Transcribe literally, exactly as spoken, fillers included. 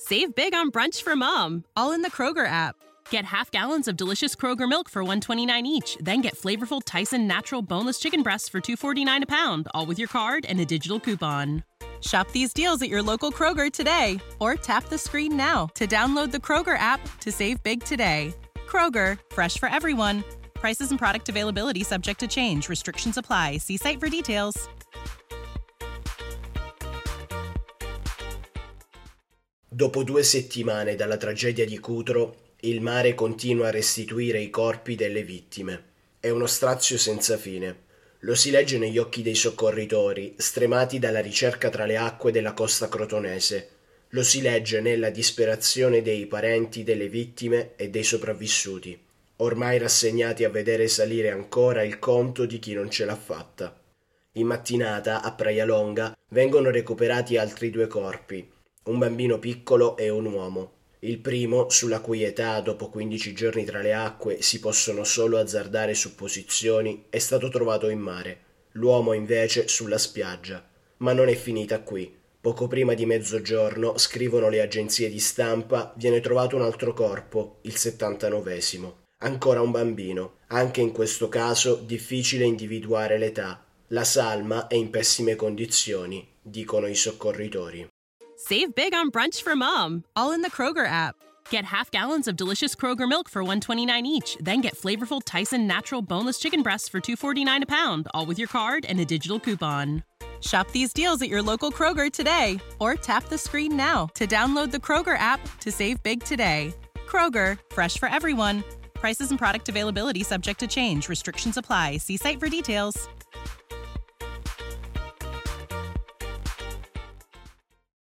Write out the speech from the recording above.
Save big on brunch for mom, all in the Kroger app. Get half gallons of delicious Kroger milk for one dollar and twenty-nine cents each. Then get flavorful Tyson natural boneless chicken breasts for two dollars and forty-nine cents a pound, all with your card and a digital coupon. Shop these deals at your local Kroger today, or tap the screen now to download the Kroger app to save big today. Kroger, fresh for everyone. Prices and product availability subject to change. Restrictions apply. See site for details. Dopo due settimane dalla tragedia di Cutro, il mare continua a restituire i corpi delle vittime. È uno strazio senza fine. Lo si legge negli occhi dei soccorritori, stremati dalla ricerca tra le acque della costa crotonese. Lo si legge nella disperazione dei parenti delle vittime e dei sopravvissuti, ormai rassegnati a vedere salire ancora il conto di chi non ce l'ha fatta. In mattinata, a Praia Longa, vengono recuperati altri due corpi, un bambino piccolo e un uomo. Il primo, sulla cui età dopo quindici giorni tra le acque si possono solo azzardare supposizioni, è stato trovato in mare. L'uomo invece sulla spiaggia. Ma non è finita qui. Poco prima di mezzogiorno, scrivono le agenzie di stampa, viene trovato un altro corpo, il settantanovesimo. Ancora un bambino. Anche in questo caso difficile individuare l'età. La salma è in pessime condizioni, dicono i soccorritori. Save big on brunch for mom, all in the Kroger app. Get half gallons of delicious Kroger milk for one dollar and twenty-nine cents each. Then get flavorful Tyson natural boneless chicken breasts for two dollars and forty-nine cents a pound, all with your card and a digital coupon. Shop these deals at your local Kroger today, or tap the screen now to download the Kroger app to save big today. Kroger, fresh for everyone. Prices and product availability subject to change. Restrictions apply. See site for details.